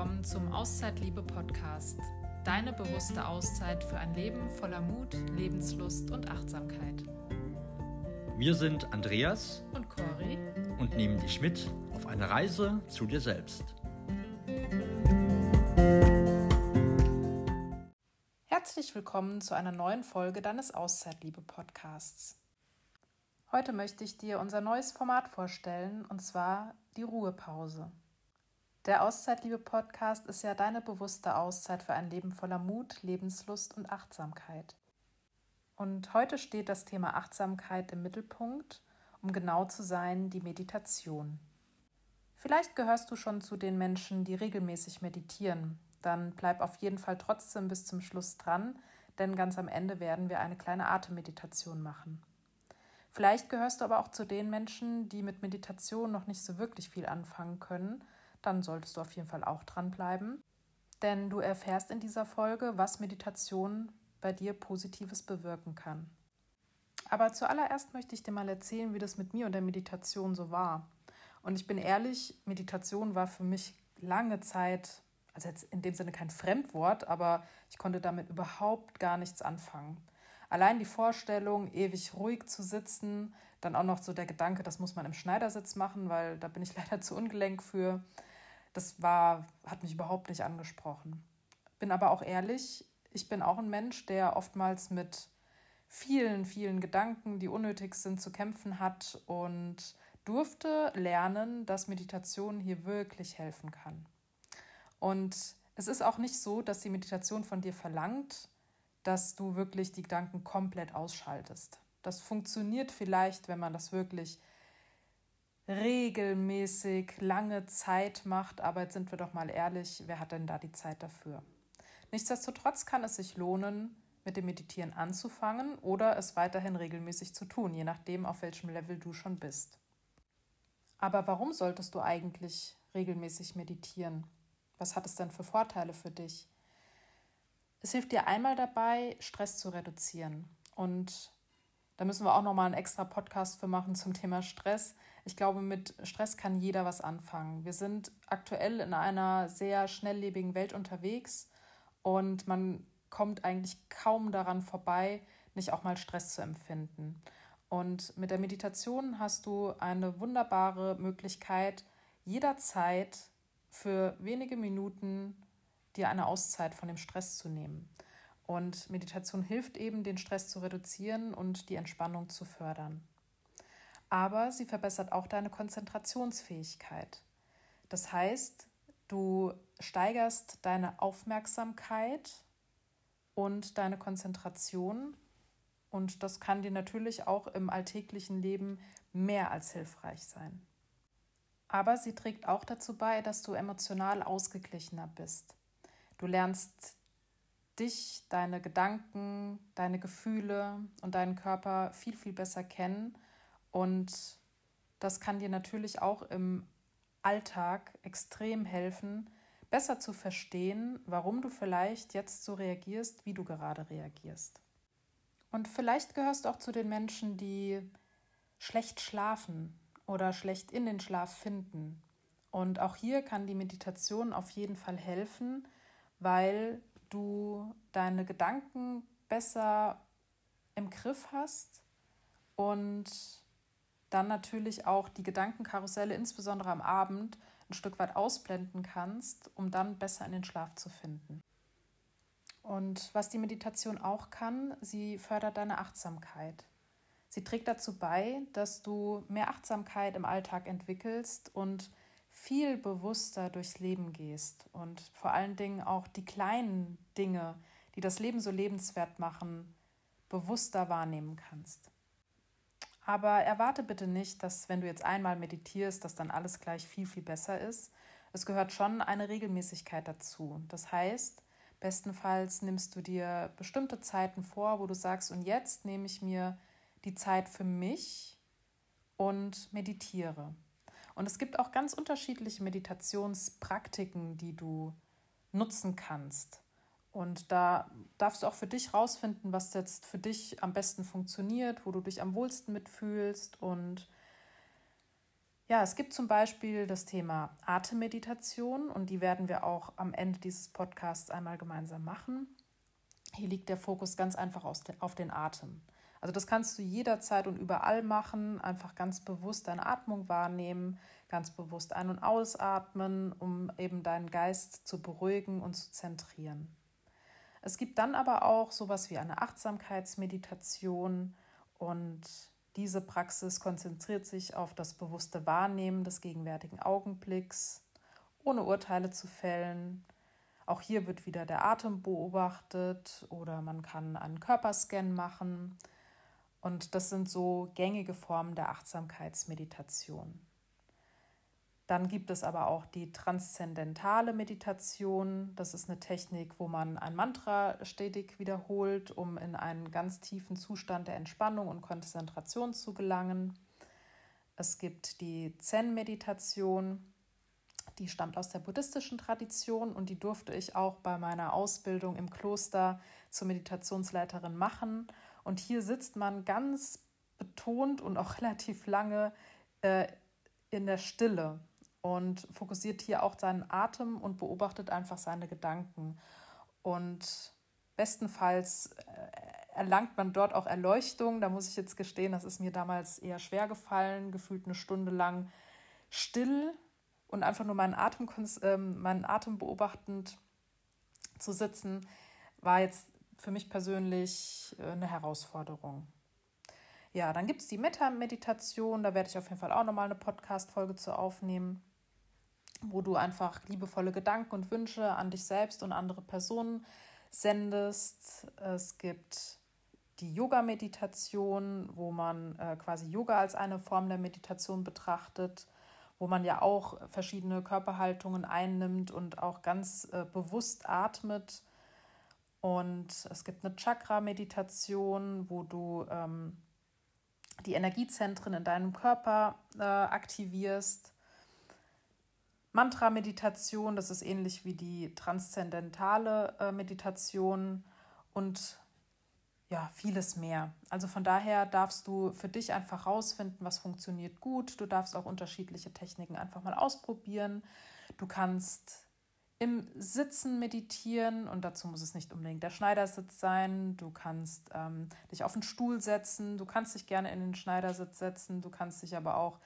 willkommen zum Auszeit-Liebe-Podcast. Deine bewusste Auszeit für ein Leben voller Mut, Lebenslust und Achtsamkeit. Wir sind Andreas und Cori und nehmen dich mit auf eine Reise zu dir selbst. Herzlich willkommen zu einer neuen Folge deines Auszeit-Liebe-Podcasts. Heute möchte ich dir unser neues Format vorstellen, und zwar die Ruhepause. Der Auszeit-Liebe-Podcast ist ja deine bewusste Auszeit für ein Leben voller Mut, Lebenslust und Achtsamkeit. Und heute steht das Thema Achtsamkeit im Mittelpunkt, um genau zu sein, die Meditation. Vielleicht gehörst du schon zu den Menschen, die regelmäßig meditieren. Dann bleib auf jeden Fall trotzdem bis zum Schluss dran, denn ganz am Ende werden wir eine kleine Atemmeditation machen. Vielleicht gehörst du aber auch zu den Menschen, die mit Meditation noch nicht so wirklich viel anfangen können. Dann solltest du auf jeden Fall auch dranbleiben, denn du erfährst in dieser Folge, was Meditation bei dir Positives bewirken kann. Aber zuallererst möchte ich dir mal erzählen, wie das mit mir und der Meditation so war. Und ich bin ehrlich, Meditation war für mich lange Zeit, also jetzt in dem Sinne kein Fremdwort, aber ich konnte damit überhaupt gar nichts anfangen. Allein die Vorstellung, ewig ruhig zu sitzen, dann auch noch so der Gedanke, das muss man im Schneidersitz machen, weil da bin ich leider zu ungelenk für. Hat mich überhaupt nicht angesprochen. Bin aber auch ehrlich, ich bin auch ein Mensch, der oftmals mit vielen, vielen Gedanken, die unnötig sind, zu kämpfen hat und durfte lernen, dass Meditation hier wirklich helfen kann. Und es ist auch nicht so, dass die Meditation von dir verlangt, dass du wirklich die Gedanken komplett ausschaltest. Das funktioniert vielleicht, wenn man das wirklich regelmäßig lange Zeit macht, aber jetzt sind wir doch mal ehrlich, wer hat denn da die Zeit dafür? Nichtsdestotrotz kann es sich lohnen, mit dem Meditieren anzufangen oder es weiterhin regelmäßig zu tun, je nachdem, auf welchem Level du schon bist. Aber warum solltest du eigentlich regelmäßig meditieren? Was hat es denn für Vorteile für dich? Es hilft dir einmal dabei, Stress zu reduzieren. Und da müssen wir auch nochmal einen extra Podcast für machen zum Thema Stress. Ich glaube, mit Stress kann jeder was anfangen. Wir sind aktuell in einer sehr schnelllebigen Welt unterwegs und man kommt eigentlich kaum daran vorbei, nicht auch mal Stress zu empfinden. Und mit der Meditation hast du eine wunderbare Möglichkeit, jederzeit für wenige Minuten dir eine Auszeit von dem Stress zu nehmen. Und Meditation hilft eben, den Stress zu reduzieren und die Entspannung zu fördern. Aber sie verbessert auch deine Konzentrationsfähigkeit. Das heißt, du steigerst deine Aufmerksamkeit und deine Konzentration. Und das kann dir natürlich auch im alltäglichen Leben mehr als hilfreich sein. Aber sie trägt auch dazu bei, dass du emotional ausgeglichener bist. Du lernst dich, deine Gedanken, deine Gefühle und deinen Körper viel, viel besser kennen. Und das kann dir natürlich auch im Alltag extrem helfen, besser zu verstehen, warum du vielleicht jetzt so reagierst, wie du gerade reagierst. Und vielleicht gehörst du auch zu den Menschen, die schlecht schlafen oder schlecht in den Schlaf finden. Und auch hier kann die Meditation auf jeden Fall helfen, weil du deine Gedanken besser im Griff hast und dann natürlich auch die Gedankenkarusselle, insbesondere am Abend, ein Stück weit ausblenden kannst, um dann besser in den Schlaf zu finden. Und was die Meditation auch kann, sie fördert deine Achtsamkeit. Sie trägt dazu bei, dass du mehr Achtsamkeit im Alltag entwickelst und viel bewusster durchs Leben gehst und vor allen Dingen auch die kleinen Dinge, die das Leben so lebenswert machen, bewusster wahrnehmen kannst. Aber erwarte bitte nicht, dass wenn du jetzt einmal meditierst, dass dann alles gleich viel, viel besser ist. Es gehört schon eine Regelmäßigkeit dazu. Das heißt, bestenfalls nimmst du dir bestimmte Zeiten vor, wo du sagst, und jetzt nehme ich mir die Zeit für mich und meditiere. Und es gibt auch ganz unterschiedliche Meditationspraktiken, die du nutzen kannst. Und da darfst du auch für dich rausfinden, was jetzt für dich am besten funktioniert, wo du dich am wohlsten mitfühlst. Und Ja, es gibt zum Beispiel das Thema Atemmeditation und die werden wir auch am Ende dieses Podcasts einmal gemeinsam machen. Hier liegt der Fokus ganz einfach auf den Atem. Also das kannst du jederzeit und überall machen, einfach ganz bewusst deine Atmung wahrnehmen, ganz bewusst ein- und ausatmen, um eben deinen Geist zu beruhigen und zu zentrieren. Es gibt dann aber auch sowas wie eine Achtsamkeitsmeditation und diese Praxis konzentriert sich auf das bewusste Wahrnehmen des gegenwärtigen Augenblicks, ohne Urteile zu fällen. Auch hier wird wieder der Atem beobachtet oder man kann einen Körperscan machen. Und das sind so gängige Formen der Achtsamkeitsmeditation. Dann gibt es aber auch die transzendentale Meditation. Das ist eine Technik, wo man ein Mantra stetig wiederholt, um in einen ganz tiefen Zustand der Entspannung und Konzentration zu gelangen. Es gibt die Zen-Meditation, die stammt aus der buddhistischen Tradition und die durfte ich auch bei meiner Ausbildung im Kloster zur Meditationsleiterin machen. Und hier sitzt man ganz betont und auch relativ lange in der Stille und fokussiert hier auch seinen Atem und beobachtet einfach seine Gedanken. Und bestenfalls erlangt man dort auch Erleuchtung. Da muss ich jetzt gestehen, das ist mir damals eher schwer gefallen, gefühlt eine Stunde lang still und einfach nur meinen Atem beobachtend zu sitzen, war jetzt für mich persönlich eine Herausforderung. Ja, dann gibt es die Metta-Meditation, da werde ich auf jeden Fall auch nochmal eine Podcast-Folge zu aufnehmen, wo du einfach liebevolle Gedanken und Wünsche an dich selbst und andere Personen sendest. Es gibt die Yoga-Meditation, wo man quasi Yoga als eine Form der Meditation betrachtet, wo man ja auch verschiedene Körperhaltungen einnimmt und auch ganz bewusst atmet. Und es gibt eine Chakra-Meditation, wo du die Energiezentren in deinem Körper aktivierst. Mantra-Meditation, das ist ähnlich wie die transzendentale Meditation und ja, vieles mehr. Also von daher darfst du für dich einfach rausfinden, was funktioniert gut. Du darfst auch unterschiedliche Techniken einfach mal ausprobieren. Du kannst im Sitzen meditieren und dazu muss es nicht unbedingt der Schneidersitz sein. Du kannst dich auf einen Stuhl setzen, du kannst dich gerne in den Schneidersitz setzen, du kannst dich aber auch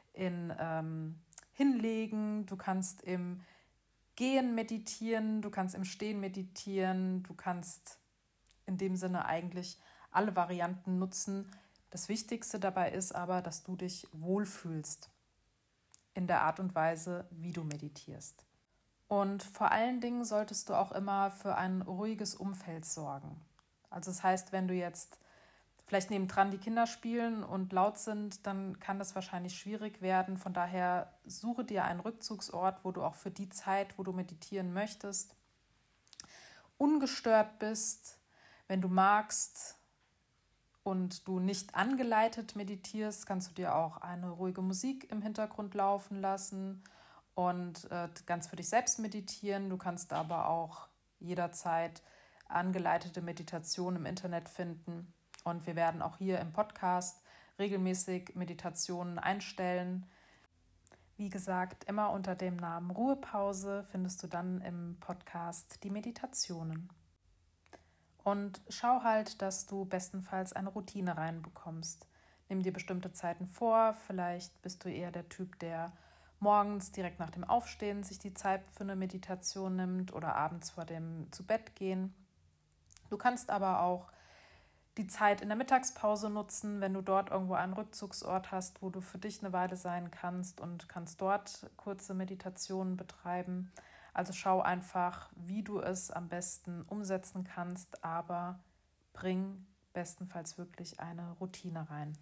hinlegen, du kannst im Gehen meditieren, du kannst im Stehen meditieren, du kannst in dem Sinne eigentlich alle Varianten nutzen. Das Wichtigste dabei ist aber, dass du dich wohlfühlst in der Art und Weise, wie du meditierst. Und vor allen Dingen solltest du auch immer für ein ruhiges Umfeld sorgen. Also das heißt, wenn du jetzt vielleicht nebendran die Kinder spielen und laut sind, dann kann das wahrscheinlich schwierig werden. Von daher suche dir einen Rückzugsort, wo du auch für die Zeit, wo du meditieren möchtest, ungestört bist. Wenn du magst und du nicht angeleitet meditierst, kannst du dir auch eine ruhige Musik im Hintergrund laufen lassen und ganz für dich selbst meditieren. Du kannst aber auch jederzeit angeleitete Meditationen im Internet finden. Und wir werden auch hier im Podcast regelmäßig Meditationen einstellen. Wie gesagt, immer unter dem Namen Ruhepause findest du dann im Podcast die Meditationen. Und schau halt, dass du bestenfalls eine Routine reinbekommst. Nimm dir bestimmte Zeiten vor. Vielleicht bist du eher der Typ, der morgens direkt nach dem Aufstehen sich die Zeit für eine Meditation nimmt oder abends vor dem Zubettgehen. Du kannst aber auch die Zeit in der Mittagspause nutzen, wenn du dort irgendwo einen Rückzugsort hast, wo du für dich eine Weile sein kannst und kannst dort kurze Meditationen betreiben. Also schau einfach, wie du es am besten umsetzen kannst, aber bring bestenfalls wirklich eine Routine rein.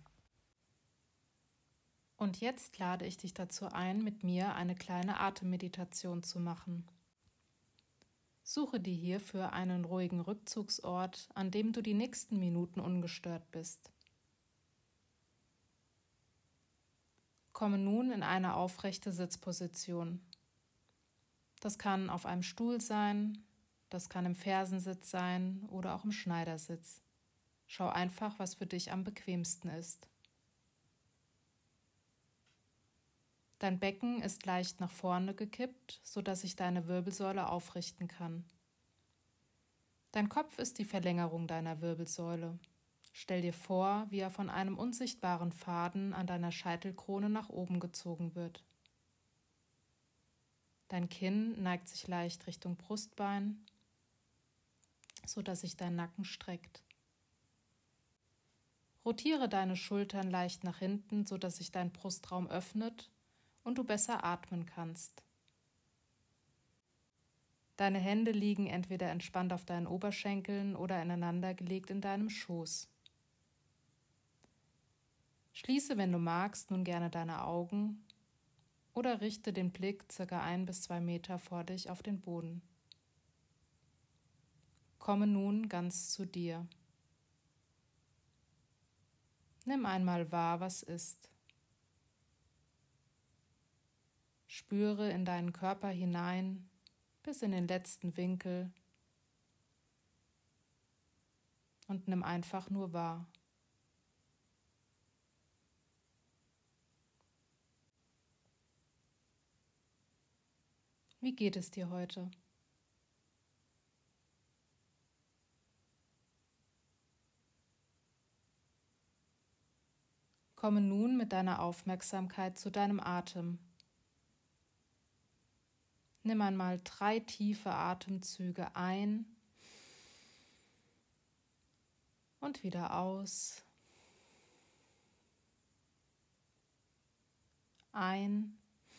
Und jetzt lade ich dich dazu ein, mit mir eine kleine Atemmeditation zu machen. Suche dir hierfür einen ruhigen Rückzugsort, an dem du die nächsten Minuten ungestört bist. Komme nun in eine aufrechte Sitzposition. Das kann auf einem Stuhl sein, das kann im Fersensitz sein oder auch im Schneidersitz. Schau einfach, was für dich am bequemsten ist. Dein Becken ist leicht nach vorne gekippt, sodass sich deine Wirbelsäule aufrichten kann. Dein Kopf ist die Verlängerung deiner Wirbelsäule. Stell dir vor, wie er von einem unsichtbaren Faden an deiner Scheitelkrone nach oben gezogen wird. Dein Kinn neigt sich leicht Richtung Brustbein, sodass sich dein Nacken streckt. Rotiere deine Schultern leicht nach hinten, sodass sich dein Brustraum öffnet und du besser atmen kannst. Deine Hände liegen entweder entspannt auf deinen Oberschenkeln oder ineinander gelegt in deinem Schoß. Schließe, wenn du magst, nun gerne deine Augen oder richte den Blick ca. 1 bis 2 Meter vor dich auf den Boden. Komme nun ganz zu dir. Nimm einmal wahr, was ist. Spüre in deinen Körper hinein bis in den letzten Winkel und nimm einfach nur wahr. Wie geht es dir heute? Komme nun mit deiner Aufmerksamkeit zu deinem Atem. Nimm einmal 3 tiefe Atemzüge ein und wieder aus. Ein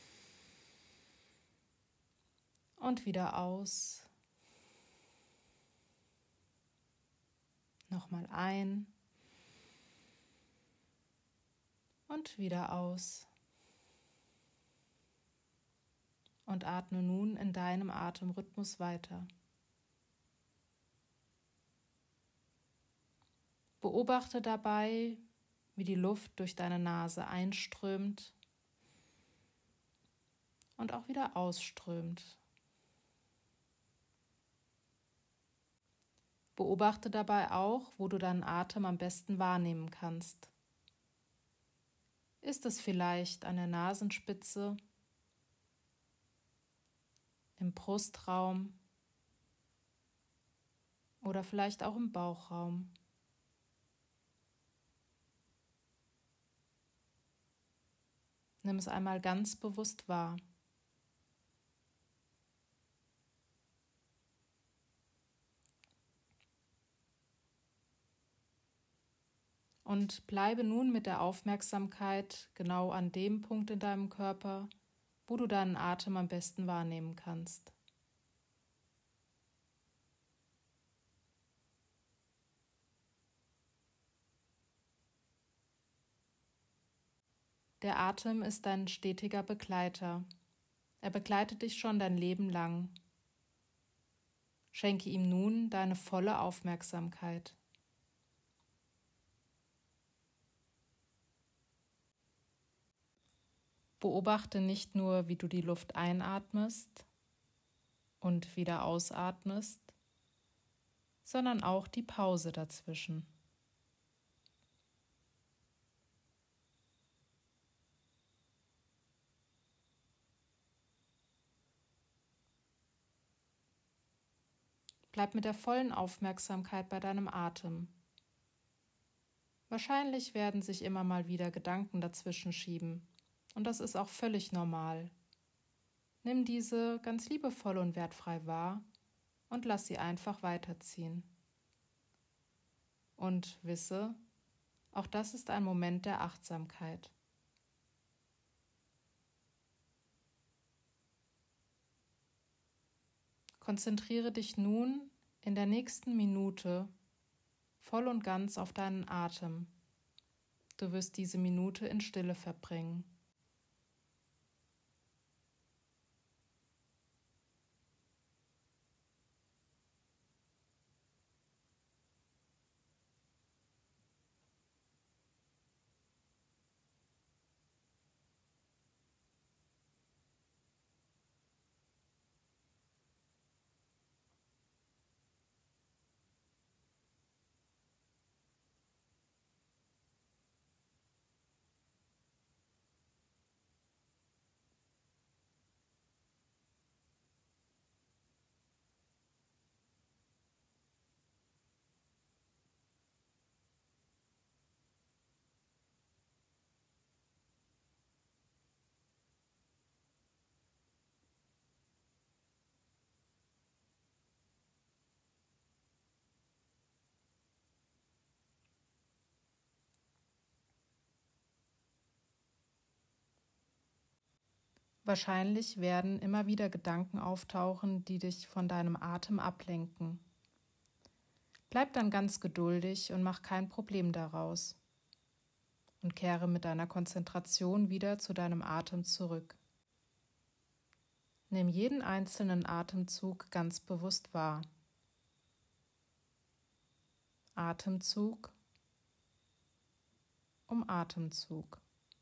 und wieder aus. Nochmal ein und wieder aus. Und atme nun in deinem Atemrhythmus weiter. Beobachte dabei, wie die Luft durch deine Nase einströmt und auch wieder ausströmt. Beobachte dabei auch, wo du deinen Atem am besten wahrnehmen kannst. Ist es vielleicht an der Nasenspitze, im Brustraum oder vielleicht auch im Bauchraum? Nimm es einmal ganz bewusst wahr. Und bleibe nun mit der Aufmerksamkeit genau an dem Punkt in deinem Körper, wo du deinen Atem am besten wahrnehmen kannst. Der Atem ist dein stetiger Begleiter. Er begleitet dich schon dein Leben lang. Schenke ihm nun deine volle Aufmerksamkeit. Beobachte nicht nur, wie du die Luft einatmest und wieder ausatmest, sondern auch die Pause dazwischen. Bleib mit der vollen Aufmerksamkeit bei deinem Atem. Wahrscheinlich werden sich immer mal wieder Gedanken dazwischen schieben. Und das ist auch völlig normal. Nimm diese ganz liebevoll und wertfrei wahr und lass sie einfach weiterziehen. Und wisse, auch das ist ein Moment der Achtsamkeit. Konzentriere dich nun in der nächsten Minute voll und ganz auf deinen Atem. Du wirst diese Minute in Stille verbringen. Wahrscheinlich werden immer wieder Gedanken auftauchen, die dich von deinem Atem ablenken. Bleib dann ganz geduldig und mach kein Problem daraus. Und kehre mit deiner Konzentration wieder zu deinem Atem zurück. Nimm jeden einzelnen Atemzug ganz bewusst wahr. Atemzug um Atemzug.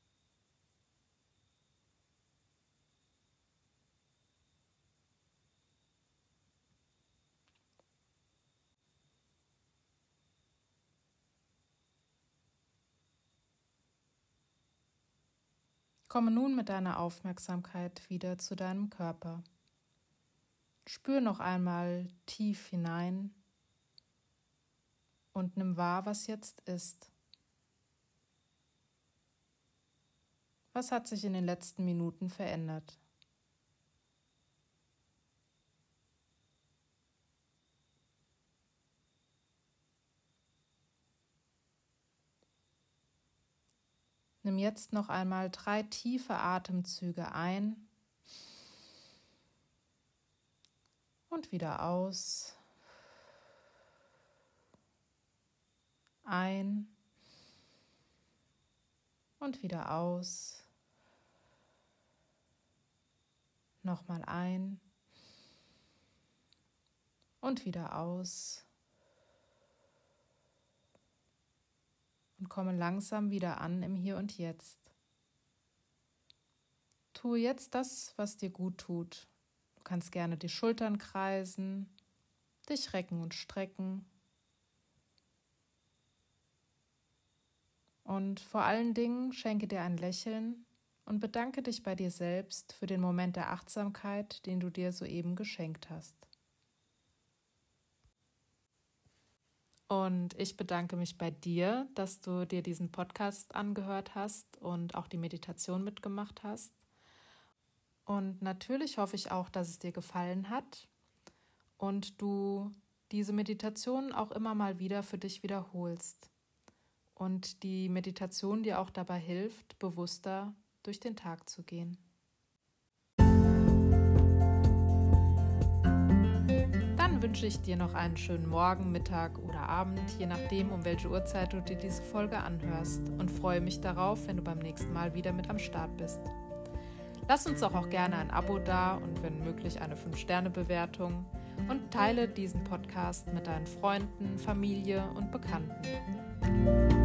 Komme nun mit deiner Aufmerksamkeit wieder zu deinem Körper. Spür noch einmal tief hinein und nimm wahr, was jetzt ist. Was hat sich in den letzten Minuten verändert? Nimm jetzt noch einmal 3 tiefe Atemzüge ein und wieder aus. Ein und wieder aus. Nochmal ein und wieder aus. Und komme langsam wieder an im Hier und Jetzt. Tue jetzt das, was dir gut tut. Du kannst gerne die Schultern kreisen, dich recken und strecken. Und vor allen Dingen schenke dir ein Lächeln und bedanke dich bei dir selbst für den Moment der Achtsamkeit, den du dir soeben geschenkt hast. Und ich bedanke mich bei dir, dass du dir diesen Podcast angehört hast und auch die Meditation mitgemacht hast. Und natürlich hoffe ich auch, dass es dir gefallen hat und du diese Meditation auch immer mal wieder für dich wiederholst und die Meditation dir auch dabei hilft, bewusster durch den Tag zu gehen. Dann wünsche ich dir noch einen schönen Morgen, Mittag oder Abend, je nachdem, um welche Uhrzeit du dir diese Folge anhörst, und freue mich darauf, wenn du beim nächsten Mal wieder mit am Start bist. Lass uns auch gerne ein Abo da und wenn möglich eine 5-Sterne-Bewertung und teile diesen Podcast mit deinen Freunden, Familie und Bekannten.